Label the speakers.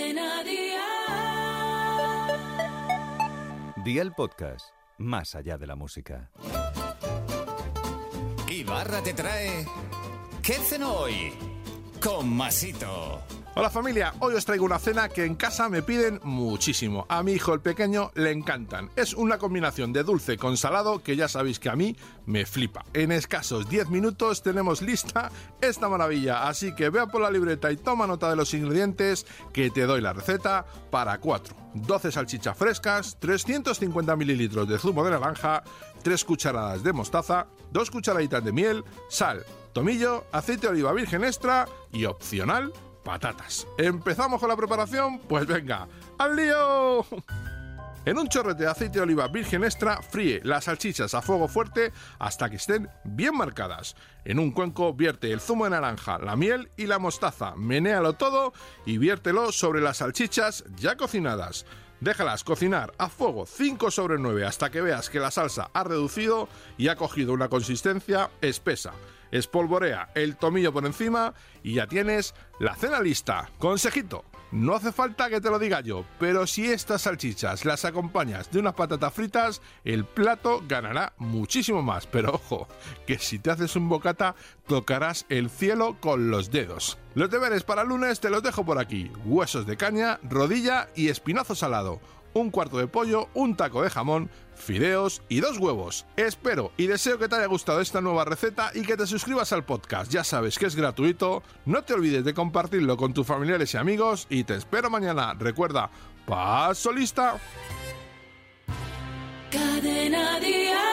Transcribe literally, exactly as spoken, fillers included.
Speaker 1: Cadena Dial.
Speaker 2: Dial Podcast, más allá de la música.
Speaker 3: Ibarra te trae ¿Qué cenó hoy? Con Masito.
Speaker 4: Hola familia, hoy os traigo una cena que en casa me piden muchísimo. A mi hijo el pequeño le encantan. Es una combinación de dulce con salado que ya sabéis que a mí me flipa. En escasos diez minutos tenemos lista esta maravilla, así que vea por la libreta y toma nota de los ingredientes que te doy la receta para cuatro. doce salchichas frescas, trescientos cincuenta mililitros de zumo de naranja, tres cucharadas de mostaza, dos cucharaditas de miel, sal, tomillo, aceite de oliva virgen extra y opcional, patatas. ¿Empezamos con la preparación? Pues venga, ¡al lío! En un chorrete de aceite de oliva virgen extra, fríe las salchichas a fuego fuerte hasta que estén bien marcadas. En un cuenco vierte el zumo de naranja, la miel y la mostaza. Menéalo todo y viértelo sobre las salchichas ya cocinadas. Déjalas cocinar a fuego cinco sobre nueve hasta que veas que la salsa ha reducido y ha cogido una consistencia espesa. Espolvorea el tomillo por encima y ya tienes la cena lista. Consejito, no hace falta que te lo diga yo, pero si estas salchichas las acompañas de unas patatas fritas, el plato ganará muchísimo más. Pero ojo, que si te haces un bocata, tocarás el cielo con los dedos. Los deberes para el lunes te los dejo por aquí. Huesos de caña, rodilla y espinazo salado. Un cuarto de pollo, un taco de jamón, fideos y dos huevos. Espero y deseo que te haya gustado esta nueva receta y que te suscribas al podcast. Ya sabes que es gratuito, no te olvides de compartirlo con tus familiares y amigos y te espero mañana. Recuerda, paso lista.
Speaker 1: Cadena Dial.